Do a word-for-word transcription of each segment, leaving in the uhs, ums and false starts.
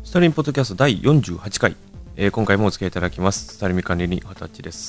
スタリンポッドキャストだいよんじゅうはちかい、えー、今回もお付き合いいただきます。スタリミ管理人はたちです。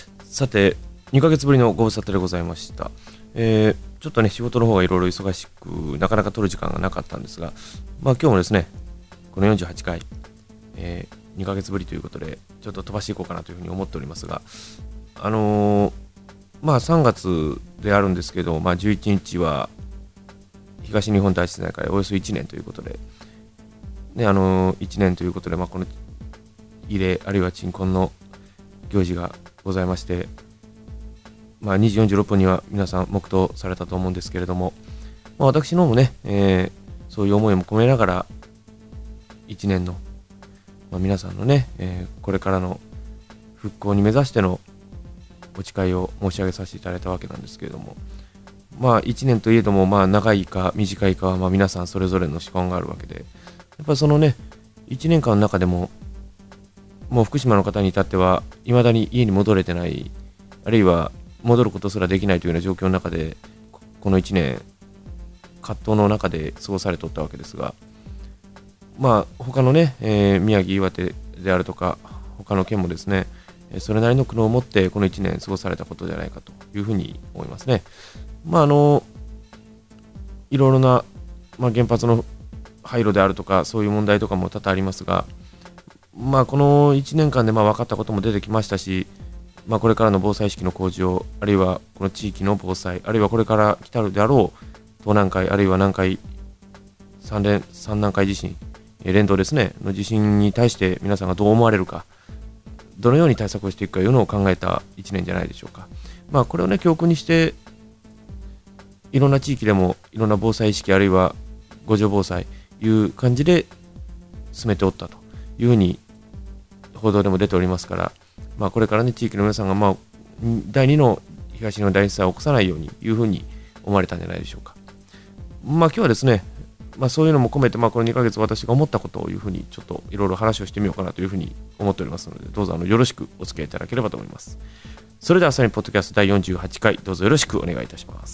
さて、にかげつぶりのご無沙汰でございました。えー、ちょっとね、仕事の方がいろいろ忙しく、なかなか取る時間がなかったんですが、まあ今日もですね、このよんじゅうはちかい、えー、にかげつぶりということで、ちょっと飛ばしていこうかなというふうに思っておりますが、あのー、まあさんがつであるんですけど、まあじゅういちにちは東日本大震災からおよそいちねんということで、ね、あのー、いちねんということで、まあ、この慰霊あるいは鎮魂の行事がございまして、まあ、にじよんじゅうろっぷんには皆さん黙祷されたと思うんですけれども、まあ、私の方もね、えー、そういう思いも込めながらいちねんの、まあ、皆さんのね、えー、これからの復興に目指してのお誓いを申し上げさせていただいたわけなんですけれども、まあいちねんといえども、まあ長いか短いかはまあ皆さんそれぞれの主観があるわけで、やっぱりそのね、いちねんかんの中でも、もう福島の方に至っては、いまだに家に戻れてない、あるいは戻ることすらできないというような状況の中で、このいちねん、葛藤の中で過ごされておったわけですが、まあ、他のね、えー、宮城、岩手であるとか、他の県もですね、それなりの苦悩を持って、このいちねん過ごされたことじゃないかというふうに思いますね。まあ、あの、いろいろな、まあ、原発の廃炉であるとかそういう問題とかも多々ありますが、まあ、このいちねんかんでまあ分かったことも出てきましたし、まあ、これからの防災意識の向上、あるいはこの地域の防災、あるいはこれから来たるであろう東南海、あるいは南海三連三南海地震、連動ですねの地震に対して皆さんがどう思われるか、どのように対策をしていくかというのを考えたいちねんじゃないでしょうか。まあ、これをね教訓にしていろんな地域でもいろんな防災意識、あるいは互助防災いう感じで進めておったというふうに報道でも出ておりますから、まあ、これからね地域の皆さんがまあだいにの東日本大震災を起こさないようにいうふうに思われたんじゃないでしょうか。まあ今日はですね、まあ、そういうのも込めて、まあ、このにかげつ私が思ったことをいうふうにちょっといろいろ話をしてみようかなというふうに思っておりますので、どうぞあのよろしくお付き合いいただければと思います。それではさらにポッドキャストだいよんじゅうはちかい、どうぞよろしくお願いいたします。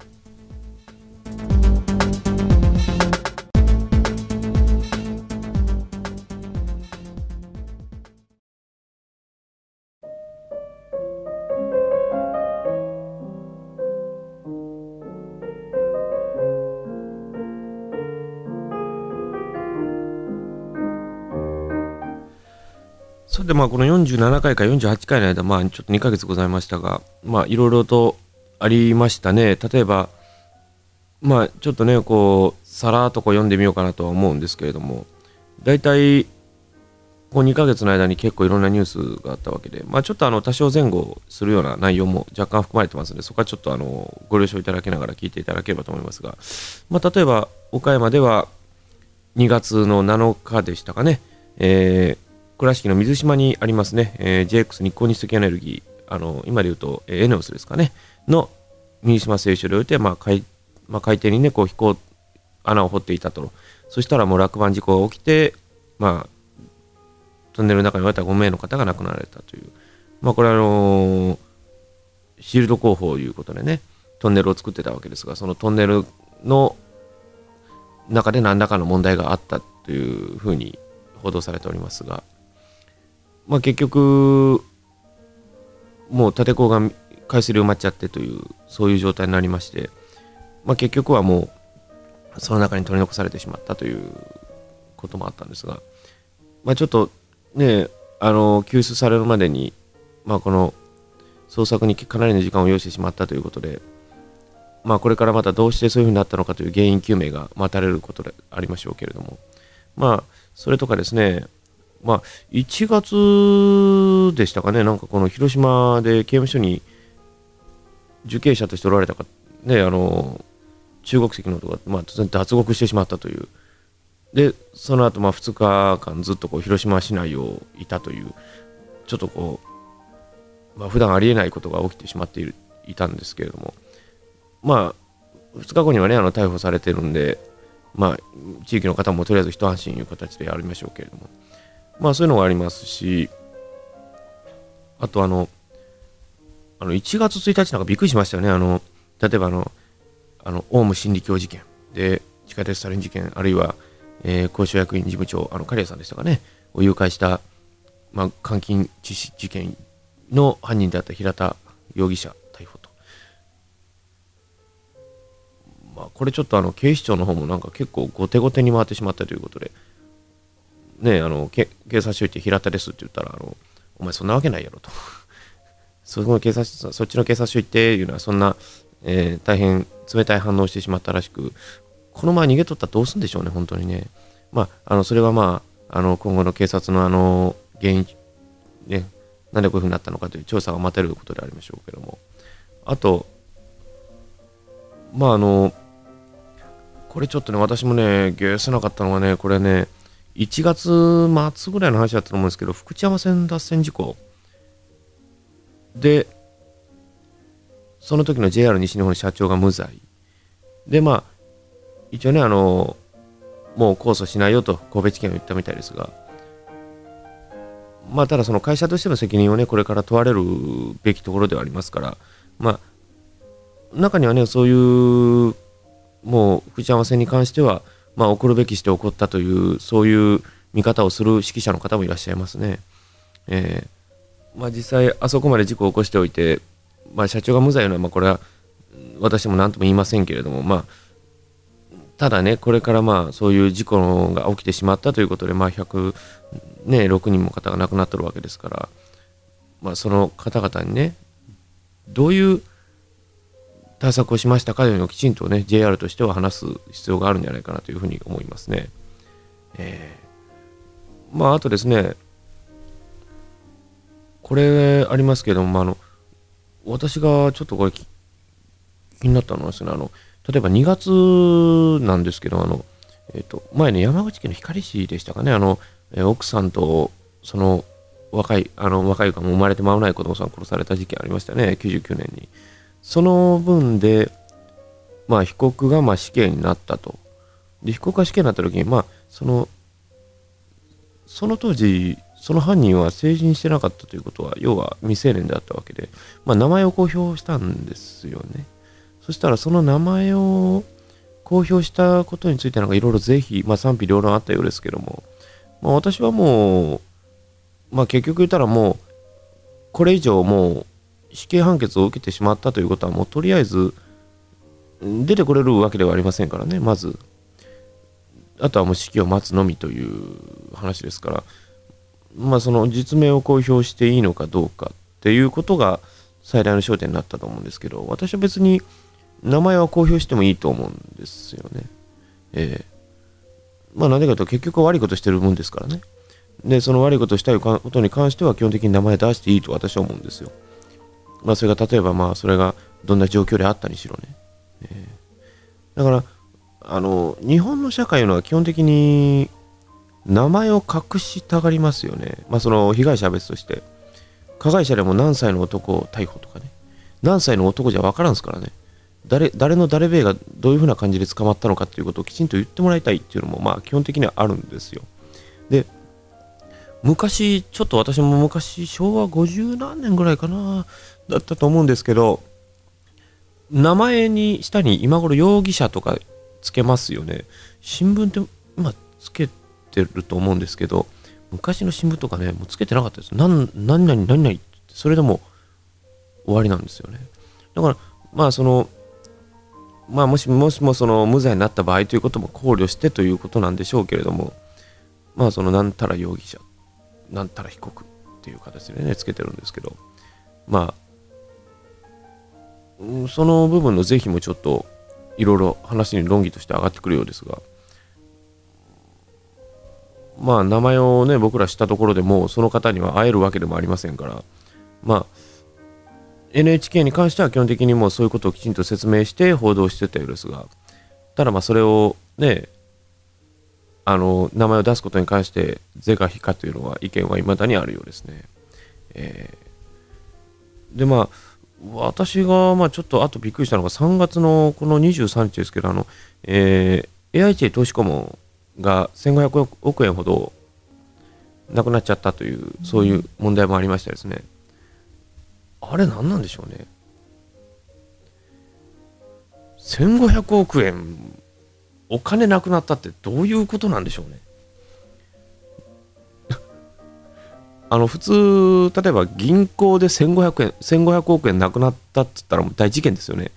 それでまあこのよんじゅうななかいからよんじゅうはちかいの間、まあちょっとにかげつございましたが、まあいろいろとありましたね。例えば、まあちょっとね、こう、さらっとこう読んでみようかなとは思うんですけれども、大体、こうにかげつの間に結構いろんなニュースがあったわけで、まあちょっとあの多少前後するような内容も若干含まれてますので、そこはちょっとあのご了承いただきながら聞いていただければと思いますが、まあ例えば岡山ではにがつのなのかでしたかね、えー倉敷の水島にありますね、えー、ジェイエックス 日光日赤エネルギー、あの今でいうと、えー、エネオスですかね、の水島製油所において、まあ 海まあ、海底にね、こう飛行穴を掘っていたと。そしたらもう落盤事故が起きて、まあ、トンネルの中においたごめいの方が亡くなられたという。まあ、これはあのー、シールド工法ということでね、トンネルを作ってたわけですが、そのトンネルの中で何らかの問題があったというふうに報道されておりますが、まあ、結局もう立て坑が海水で埋まっちゃってというそういう状態になりまして、まあ、結局はもうその中に取り残されてしまったということもあったんですが、まあ、ちょっとねあの救出されるまでに、まあ、この捜索にかなりの時間を要してしまったということで、まあ、これからまたどうしてそういうふうになったのかという原因究明が待たれることでありましょうけれども、まあそれとかですね、まあ、いちがつでしたかね、なんかこの広島で刑務所に受刑者としておられたか、ね、あの中国籍の人が、まあ、突然脱獄してしまったという、でその後まあふつかかんずっとこう広島市内をいたという、ちょっとこう、まあ、普段ありえないことが起きてしまっているいたんですけれども、まあ、ふつかごにはね、あの逮捕されてるんで、まあ、地域の方もとりあえず一安心という形でありましょうけれども。まあそういうのがありますし、あとあの、あのいちがつついたちなんかびっくりしましたよね。あの、例えばあの、あのオウム真理教事件で、地下鉄サリン事件、あるいは、 えー、公衆役員事務長、あの刈谷さんでしたかね、を誘拐した、まあ、監禁致死事件の犯人であった平田容疑者逮捕と。まあ、これちょっとあの警視庁の方もなんか結構後手後手に回ってしまったということで、ね、あの警察署行って平田ですって言ったら、あのお前そんなわけないやろと。その警察そっちの警察署行っていうのはそんな、えー、大変冷たい反応をしてしまったらしく、この前逃げとったらどうするんでしょうね、本当にね。まあ、あのそれはまあ、あの今後の警察のあの原因、ね、なんでこういうふうになったのかという調査が待てることでありましょうけども、あと、まああの、これちょっとね、私もね、ゲーせなかったのがね、これね、いちがつ末ぐらいの話だったと思うんですけど、福知山線脱線事故で、その時の ジェイアール 西日本社長が無罪で、まあ一応ね、あのもう控訴しないよと神戸地検は言ったみたいですが、まあただその会社としての責任をね、これから問われるべきところではありますから、まあ中にはね、そういうもう福知山線に関しては、まあ起こるべきして起こったというそういう見方をする指揮者の方もいらっしゃいますね。えー、まあ実際あそこまで事故を起こしておいて、まあ社長が無罪なのは、まあこれは私も何とも言いませんけれども、まあただね、これからまあそういう事故が起きてしまったということで、まあひゃくろくにんも方が亡くなってるわけですから、まあ、その方々にね、どういう対策をしましたかというのをきちんとね、ジェイアール としては話す必要があるんじゃないかなというふうに思いますね。えー、まああとですね、これありますけども、まあ、あの私がちょっとこれ気になったのはですね、あの例えばにがつなんですけど、あの、えー、と前ね、山口県の光市でしたかね、あの、えー奥さんとその若い、あの若いかも生まれて間もない子供さん殺された事件ありましたね、きゅうじゅうきゅうねんに。その分で、まあ、被告がまあ死刑になったと。で、被告が死刑になった時に、まあ、その、その当時、その犯人は成人してなかったということは、要は未成年であったわけで、まあ、名前を公表したんですよね。そしたらその名前を公表したことについてなんかいろいろ是非、まあ、賛否両論あったようですけども、まあ、私はもう、まあ、結局言ったらもうこれ以上もう死刑判決を受けてしまったということはもうとりあえず出てこれるわけではありませんからね。まずあとはもう死刑を待つのみという話ですから、まあその実名を公表していいのかどうかっていうことが最大の焦点になったと思うんですけど、私は別に名前は公表してもいいと思うんですよね。ええまあなんでかというと結局悪いことしてるもんですからね。で、その悪いことをしたいことに関しては基本的に名前出していいと私は思うんですよ。まあそれが例えばまあそれがどんな状況であったにしろね。えー、だからあの日本の社会のは基本的に名前を隠したがりますよね。まあその被害者は別として、加害者でも何歳の男を逮捕とかね、何歳の男じゃ分からんすからね。誰誰の誰べがどういうふうな感じで捕まったのかっていうことをきちんと言ってもらいたいっていうのもまあ基本的にはあるんですよ。で、昔ちょっと私も昔しょうわごじゅう何年ぐらいかなだったと思うんですけど、名前に下に今頃容疑者とかつけますよね。新聞って今つけてると思うんですけど、昔の新聞とかねもうつけてなかったです。何何々何々ってそれでも終わりなんですよね。だからまあそのまあもしもしもその無罪になった場合ということも考慮してということなんでしょうけれども、まあそのなんたら容疑者なんたら被告っていう形でねつけてるんですけど、まあその部分の是非もちょっといろいろ話に論議として上がってくるようですが、まあ名前をね僕ら知ったところでもうその方には会えるわけでもありませんから、まあ エヌエイチケー に関しては基本的にもうそういうことをきちんと説明して報道してたようですが、ただまあそれをねあの名前を出すことに関して是か非かというのは意見は未だにあるようですね。えー、でまあ私がまあちょっとあとびっくりしたのがさんがつのこのにじゅうさんにちですけど、あの、えー、エーアイチェー 投資顧問がせんごひゃくおくえんほどなくなっちゃったというそういう問題もありましてですね。あれ何なんでしょうね。せんごひゃくおくえんお金なくなったってどういうことなんでしょうね。あの普通、例えば銀行でせんごひゃくえん、せんごひゃくおく円なくなったって言ったらもう大事件ですよね。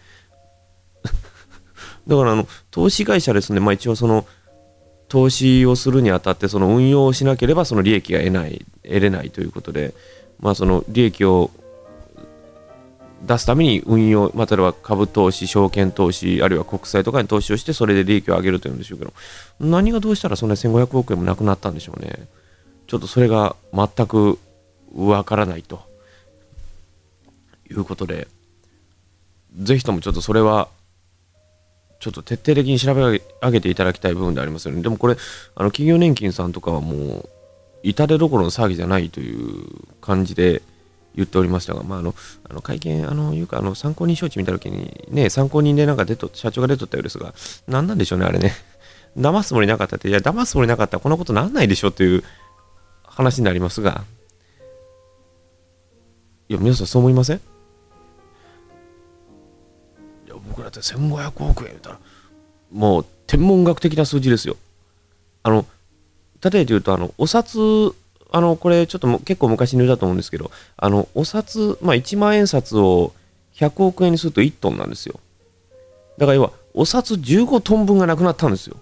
だからあの投資会社ですね、まあ、一応その投資をするにあたってその運用をしなければその利益が得ない得れないということで、まあ、その利益を出すために運用、まあ、例えば株投資、証券投資、あるいは国債とかに投資をしてそれで利益を上げるというんでしょうけど、何がどうしたらそんなせんごひゃくおく円もなくなったんでしょうね。ちょっとそれが全くわからないということで、ぜひともちょっとそれはちょっと徹底的に調べ上げていただきたい部分でありますよね。でもこれ、あの企業年金さんとかはもう痛手どころの騒ぎじゃないという感じで言っておりましたが、まあ、あのあの会見、あのいうかあの参考人招致見たときに、ね、参考人でなんか出と社長が出とったようですが、何なんでしょうね、あれね。騙すつもりなかったって、いや、騙すつもりなかったらこんなことなんないでしょという話になりますが、いや、皆さんそう思いません？いや、僕だってせんごひゃくおく円言ったら、もう天文学的な数字ですよ。あの、例えて言うと、あの、お札、あの、これちょっとも結構昔に言ったと思うんですけど、あの、お札、まあいちまん円札をひゃくおく円にするといちトンなんですよ。だから要は、お札じゅうごトン分がなくなったんですよ。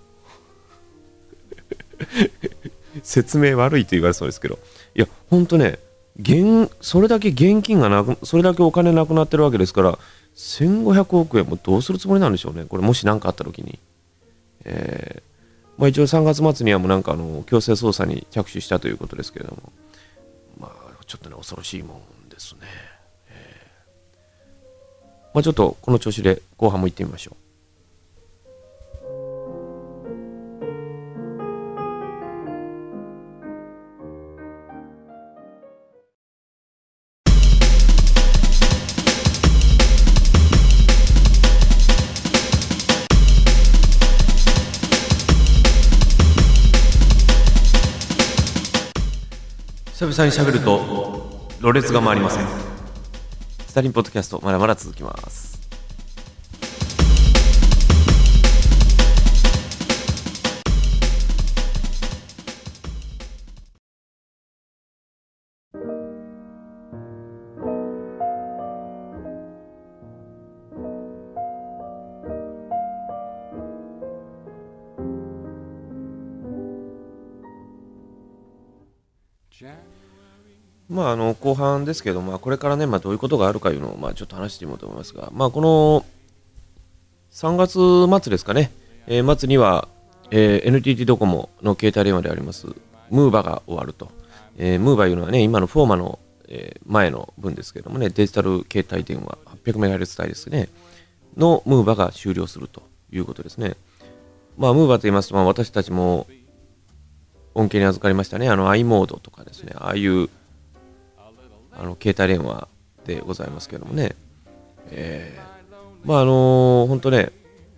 説明悪いと言われそうですけど、いや、ほんとね、現それだけ現金がなく、それだけお金なくなってるわけですから、せんごひゃくおく円もどうするつもりなんでしょうね、これ、もし何かあったときに。えーまあ、一応さんがつ末にはもうなんかあの強制捜査に着手したということですけれども、まあ、ちょっとね、恐ろしいもんですね。えーまあ、ちょっとこの調子で後半も行ってみましょう。久々に喋るとろれつが回りません。スタリンポッドキャストまだまだ続きます。まあ、あの後半ですけど、まあ、これからね、まあ、どういうことがあるかいうのを、まあ、ちょっと話してみようと思いますが、まあ、このさんがつ末ですかね、えー、末には、えー、エヌティーティー ドコモの携帯電話でありますムーバが終わると、えー、ムーバいうのはね、今のフォーマの、えー、前の分ですけどもね、デジタル携帯電話 はっぴゃくメガヘルツ 帯ですねのムーバが終了するということですね。まあ、ムーバと言いますと、まあ、私たちも恩恵に預かりましたね、あの i モードとかですね、ああいうあの携帯電話でございますけどもね、えー、まああのー、本当ね、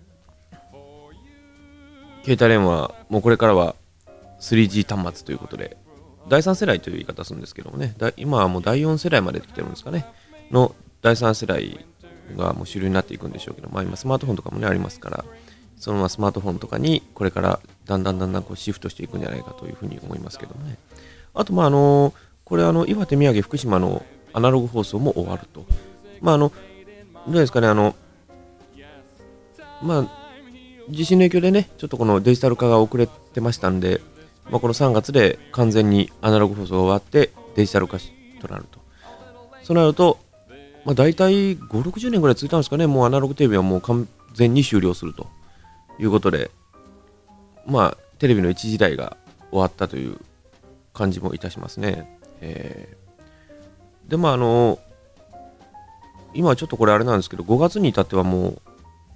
携帯電話もうこれからは スリージー 端末ということで、だいさん世代という言い方するんですけどもね、だ今はもうだいよん世代まで来てるんですかねのだいさん世代がもう主流になっていくんでしょうけど、まあ、今スマートフォンとかもねありますから、そのままスマートフォンとかにこれからだんだんだんだんこうシフトしていくんじゃないかというふうに思いますけどもね。あとまああのーこれあの岩手、宮城、福島のアナログ放送も終わると。まああの、どうですかね、あの、まあ、地震の影響でね、ちょっとこのデジタル化が遅れてましたんで、まあ、このさんがつで完全にアナログ放送が終わってデジタル化となると。そうなると、まあ、大体ご、ろくじゅうねんぐらい続いたんですかね、もうアナログテレビはもう完全に終了するということで、まあ、テレビの一時代が終わったという感じもいたしますね。えー、でまああの今はちょっとこれあれなんですけど、ごがつに至ってはもう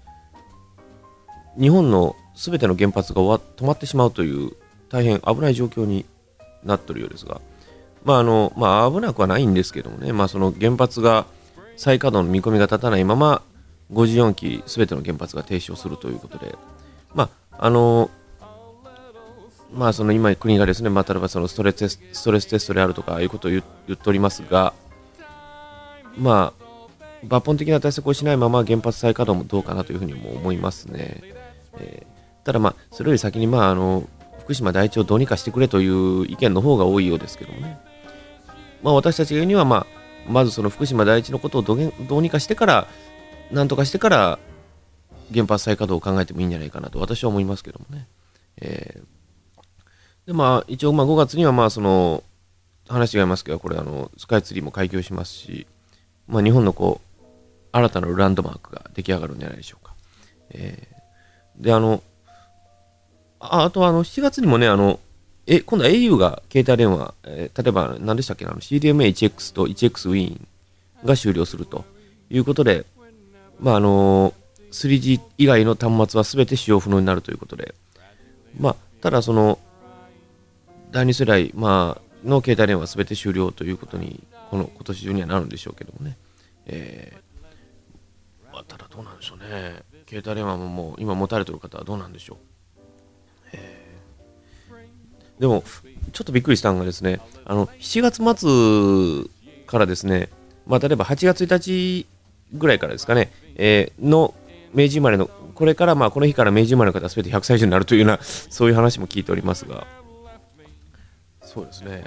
日本のすべての原発が終わ止まってしまうという大変危ない状況になっているようですが、まああのまあ危なくはないんですけどもね、まあその原発が再稼働の見込みが立たないままごじゅうよんきすべての原発が停止をするということで、まああのまあその今国がですね、まあ、例えばそのストレステスストレステストであるとかああいうことを言っておりますが、まあ抜本的な対策をしないまま原発再稼働もどうかなというふうにも思いますね。えただまあそれより先にまああの福島第一をどうにかしてくれという意見の方が多いようですけどもね。まあ私たちが言うには、まあまずその福島第一のことをどげどうにかしてからなんとかしてから原発再稼働を考えてもいいんじゃないかなと私は思いますけどもね。えー、でまあ一応まあごがつにはまあその話違いますけど、これあのスカイツリーも開業しますし、まあ日本のこう新たなるランドマークが出来上がるんじゃないでしょうか。えー、であのああとはあのしちがつにもね、あのえ今度は エーユー が携帯電話、えー、例えば何でしたっけ、あの シーディーエムエーワンエックス と ワンエックス ウィーンが終了するということで、まああの スリージー 以外の端末は全て使用不能になるということで、まあただそのだいに世代、まあ、の携帯電話は全て終了ということにこの今年中にはなるんでしょうけどもね。えーまあ、ただどうなんでしょうね。携帯電話ももう今持たれている方はどうなんでしょう。えー、でもちょっとびっくりしたのがですね、あのしちがつ末からですね、まあ、例えばはちがつついたちぐらいからですかね、えー、の明治生まれのこれからまあこの日から明治生まれの方は全てひゃくさい以上になるというようなそういう話も聞いておりますが、そうですね。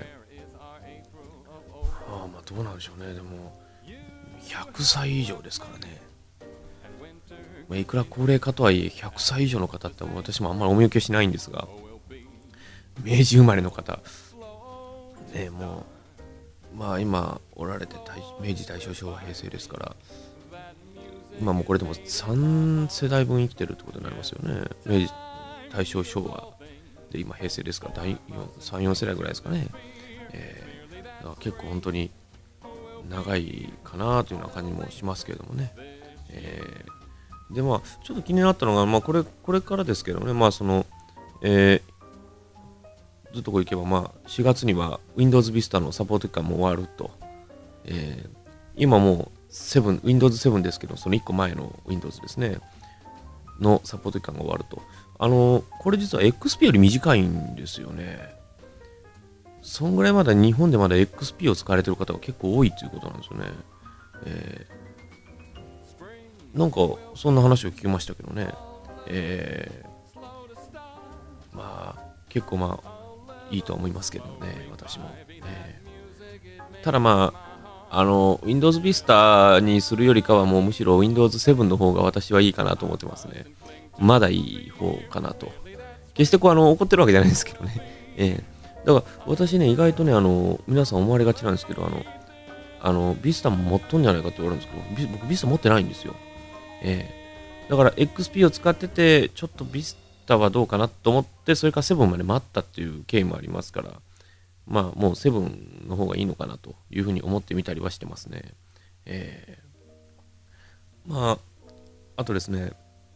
ああまあどうなんでしょうね。でもひゃくさい以上ですからね。まあ、いくら高齢化とはいえひゃくさい以上の方って私もあんまりお見受けしないんですが、明治生まれの方ね、もうまあ今おられて明治大正昭和平成ですから、今もうこれでもさん世代分生きてるってことになりますよね。明治大正昭和で今平成ですからさん、よん世代ぐらいですかね。えー、だから結構本当に長いかなというような感じもしますけれどもね。えー、でまあちょっと気になったのが、まあ、これこれからですけどね、まあその、えー、ずっとこういけば、まあ、しがつには Windows Vista のサポート期間も終わると、えー、今もうなな Windows セブンですけど、そのいっこまえの Windows ですねのサポート期間が終わると。あのこれ実は エックスピー より短いんですよね。そんぐらいまだ日本でまだ エックスピー を使われている方が結構多いということなんですよね。えー、なんかそんな話を聞きましたけどね。えー、まあ結構まあいいとは思いますけどね、私も。えー、ただまああの Windows Vista にするよりかはもうむしろ Windows セブンの方が私はいいかなと思ってますね。まだいい方かなと。決してこうあの怒ってるわけじゃないですけどね。えーだから私ね、意外とね、あの皆さん思われがちなんですけど、あの、あのビスタも持っとんじゃないかって言われるんですけど、僕ビスタ持ってないんですよ。えー、だから エックスピー を使ってて、ちょっとビスタはどうかなと思って、それからセブンまで待ったっていう経緯もありますから、まあもうセブンの方がいいのかなというふうに思ってみたりはしてますね。えー、まあ、あとですね、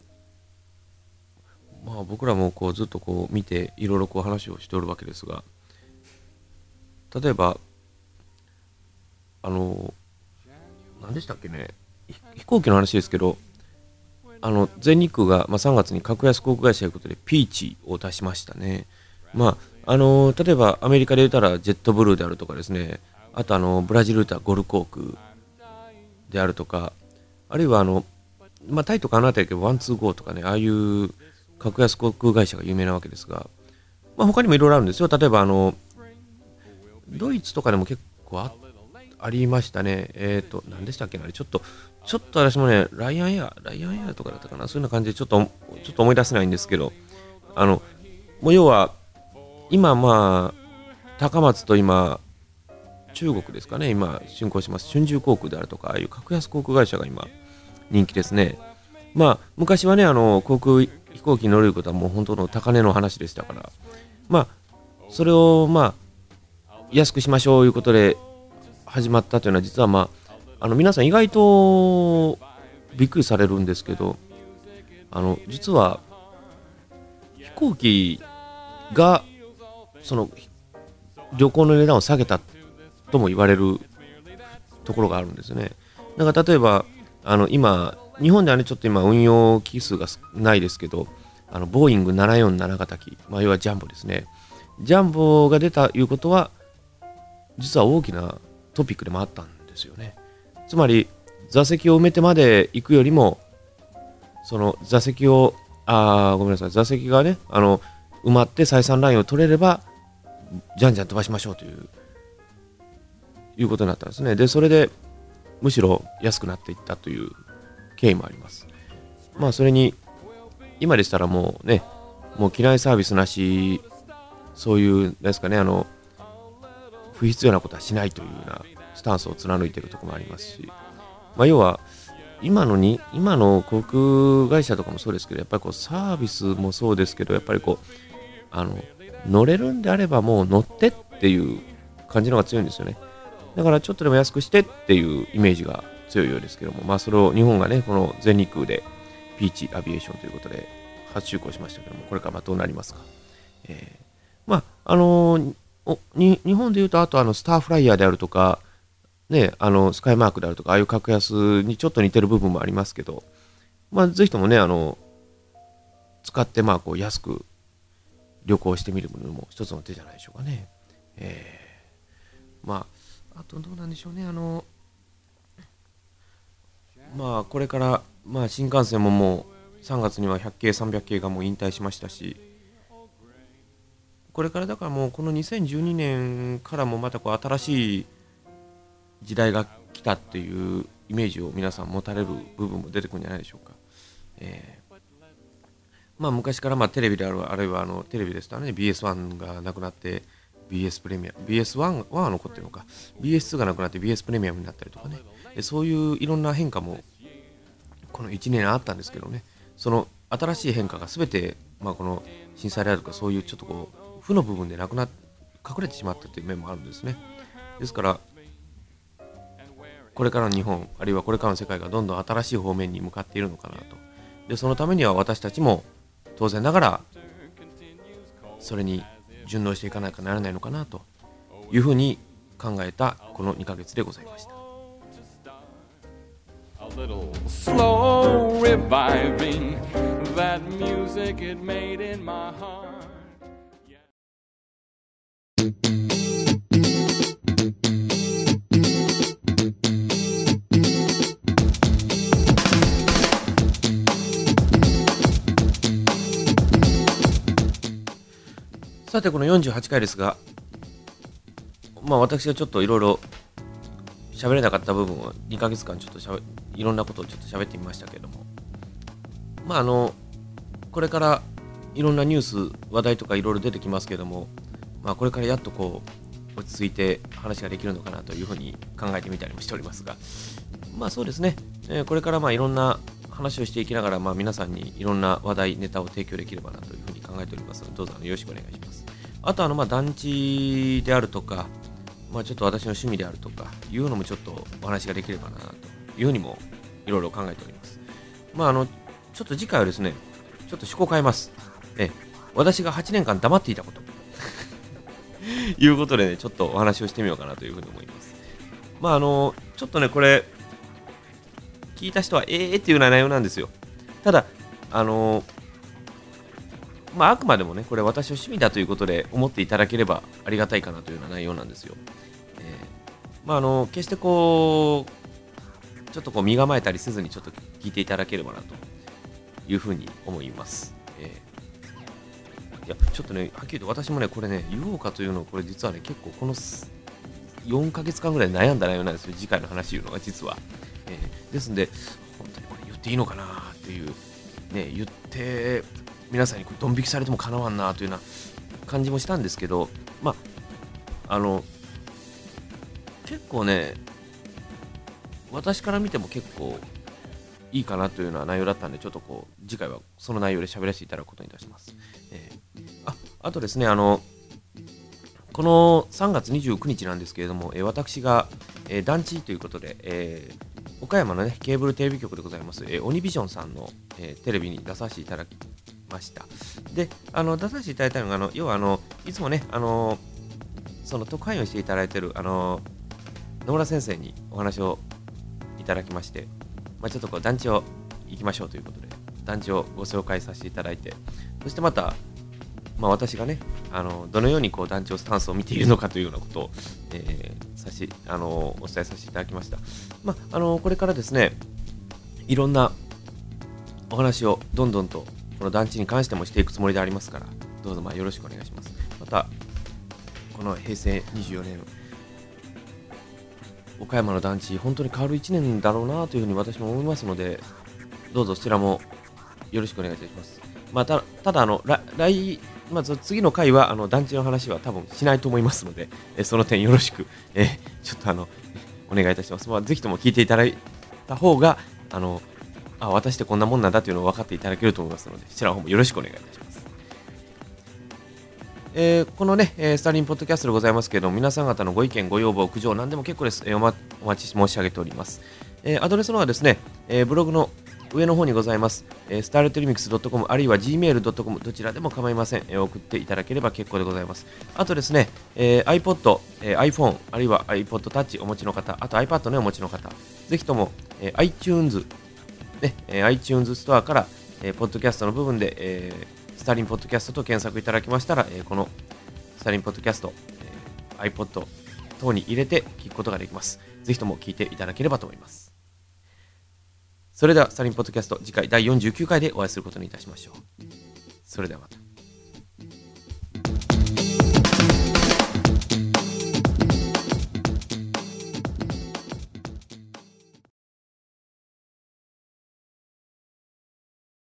まあ僕らもこうずっとこう見て、いろいろこう話をしておるわけですが、例えばあの何でしたっけね、飛行機の話ですけど、あの全日空が、まあ、さんがつに格安航空会社ということでピーチを出しましたね。まああの例えばアメリカで言ったらジェットブルーであるとかですね、あとあのブラジルで言ったらゴル航空であるとか、あるいはあの、まあ、タイとかあの辺りでワンツーゴーとかね、ああいう格安航空会社が有名なわけですが、まあ、他にもいろいろあるんですよ。例えばあのドイツとかでも結構 あ, ありましたね。えっ、ー、と、何でしたっけな、ちょっと、ちょっと私もね、ライアンエア、ライアンエアとかだったかな、そういうような感じでちょっと、ちょっと思い出せないんですけど、あの、もう要は、今まあ、高松と今、中国ですかね、今、竣工します。春秋航空であるとか、ああいう格安航空会社が今、人気ですね。まあ、昔はね、あの、航空飛行機に乗れることはもう本当の高値の話でしたから、まあ、それを、まあ、安くしましょうということで始まったというのは、実はまあ、あの皆さん意外とびっくりされるんですけど、あの実は飛行機がその旅行の値段を下げたとも言われるところがあるんですよね。だから例えばあの今日本ではねちょっと今運用機数がないですけど、あのボーイングななよんなな型機、まあ、要はジャンボですね。ジャンボが出たいうことは実は大きなトピックでもあったんですよね。つまり座席を埋めてまで行くよりも、その座席をあごめんなさい、座席がねあの埋まって採算ラインを取れればじゃんじゃん飛ばしましょうといういうことになったんですね。でそれでむしろ安くなっていったという経緯もあります。まあそれに今でしたらもうねもう機内サービスなし、そういうですかね、あの不必要なことはしないというようなスタンスを貫いているところもありますし、まあ、要は今のに今の航空会社とかもそうですけど、やっぱりこうサービスもそうですけど、やっぱりこうあの乗れるんであればもう乗ってっていう感じの方が強いんですよね。だからちょっとでも安くしてっていうイメージが強いようですけども、まあそれを日本がねこの全日空でピーチアビエーションということで初就航しましたけども、これからまあどうなりますか。えー、まああのー、おに日本でいうと、あとあのスターフライヤーであるとかね、あのスカイマークであるとか、ああいう格安にちょっと似てる部分もありますけど、まあぜひともねあの使ってまあこう安く旅行してみるのも一つの手じゃないでしょうかね。えー、まああとどうなんでしょうね、あのまあこれからまあ新幹線ももうさんがつにはひゃく系さんびゃく系がもう引退しましたし、これからだからもうこのにせんじゅうにねんからもまたこう新しい時代が来たっていうイメージを皆さん持たれる部分も出てくるんじゃないでしょうか。えーまあ、昔からまあテレビである、あるいはあのテレビですとね ビーエスワン がなくなって ビーエス プレミアム ビーエスワン は残ってるのか ビーエスツー がなくなって ビーエス プレミアムになったりとかね、そういういろんな変化もこのいちねんあったんですけどね、その新しい変化が全て、まあ、この震災であるとかそういうちょっとこう負の部分でなくなっ隠れてしまったという面もあるんですね。ですからこれからの日本、あるいはこれからの世界がどんどん新しい方面に向かっているのかなと。でそのためには私たちも当然ながらそれに順応していかなきゃならないのかなというふうに考えたこのにかげつでございました。A little slow reviving that music it made in my heart. さてこのよんじゅうはちかいですが、まあ私がちょっといろいろ喋れなかった部分をにかげつかんちょっとしゃべいろんなことをちょっと喋ってみましたけれども、まああのこれからいろんなニュース話題とかいろいろ出てきますけれども、まあこれからやっとこう落ち着いて話ができるのかなというふうに考えてみたりもしておりますが、まあそうですね、えー、これからまあいろんな話をしていきながら、まあ皆さんにいろんな話題ネタを提供できればなというふうに考えておりますので、どうぞよろしくお願いします。あとあのまあ団地であるとか、まあ、ちょっと私の趣味であるとかいうのもちょっとお話ができればなというふうにもいろいろ考えております。まああのちょっと次回はですね、ちょっと趣向を変えます。え私がはちねんかん黙っていたこということでね、ちょっとお話をしてみようかなというふうに思います。まああのちょっとねこれ聞いた人はええーっていうような内容なんですよ。ただあのまあ、あくまでもねこれ私の趣味だということで思っていただければありがたいかなというような内容なんですよ。えーまあ、あの決してこうちょっとこう身構えたりせずにちょっと聞いていただければなというふうに思います。えー、いやちょっとねはっきりと私もねこれね言おうかというのをこれ実はね結構このよんかげつかんぐらい悩んだ内容なんですよ、次回の話言うのが実は。えー、ですんで本当にこれ言っていいのかなっていうね、言って皆さんにドン引きされてもかなわんなというような感じもしたんですけど、まああの結構ね私から見ても結構いいかなというような内容だったんで、ちょっとこう次回はその内容で喋らせていただくことにいたします。えー、あ, あとですねあのこのさんがつにじゅうくにちなんですけれども、えー、私が、えー、団地ということで、えー、岡山の、ね、ケーブルテレビ局でございます、えー、オニビジョンさんの、えー、テレビに出させていただきました。であの出させていただいたのがあの要はあのいつもねあのその特派員をしていただいているあの野村先生にお話をいただきまして、まあ、ちょっとこう団地を行きましょうということで団地をご紹介させていただいて、そしてまた、まあ、私がねあのどのようにこう団地をスタンスを見ているのかというようなことを、えー、さしあのお伝えさせていただきました。まあ、あのこれからですねいろんなお話をどんどんとこの団地に関してもしていくつもりでありますから、どうぞまあよろしくお願いします。また、このへいせいにじゅうよねん、岡山の団地、本当に変わるいちねんだろうなというふうに私も思いますので、どうぞそちらもよろしくお願いいたします。まあ、たただあの、来、まず次の回はあの団地の話は多分しないと思いますので、えその点よろしく、えちょっとあのお願いいたします。まあ、ぜひとも聞いていただいた方が、あのあ私ってこんなもんなんだというのを分かっていただけると思いますので、そちらの方もよろしくお願いいたします。えー、このね、えー、スターリンポッドキャストでございますけれども、皆さん方のご意見、ご要望、苦情、何でも結構です。えー、お, ま、お待ち申し上げております。えー、アドレスの方はですね、えー、ブログの上の方にございます、えー、スターレットリミックスドットコム あるいは ジーメールドットコム どちらでも構いません、えー、送っていただければ結構でございます。あとですね、えー、iPod、えー、iPhone あるいは iPod Touch お持ちの方、あと iPad ねお持ちの方、ぜひとも、えー、iTunes、ねえー、iTunes ストアから、えー、ポッドキャストの部分で、えー、スターリンポッドキャストと検索いただきましたら、えー、このスターリンポッドキャスト、えー、iPod 等に入れて聞くことができます。ぜひとも聞いていただければと思います。それではスターリンポッドキャスト次回だいよんじゅうきゅうかいでお会いすることにいたしましょう。それではまた。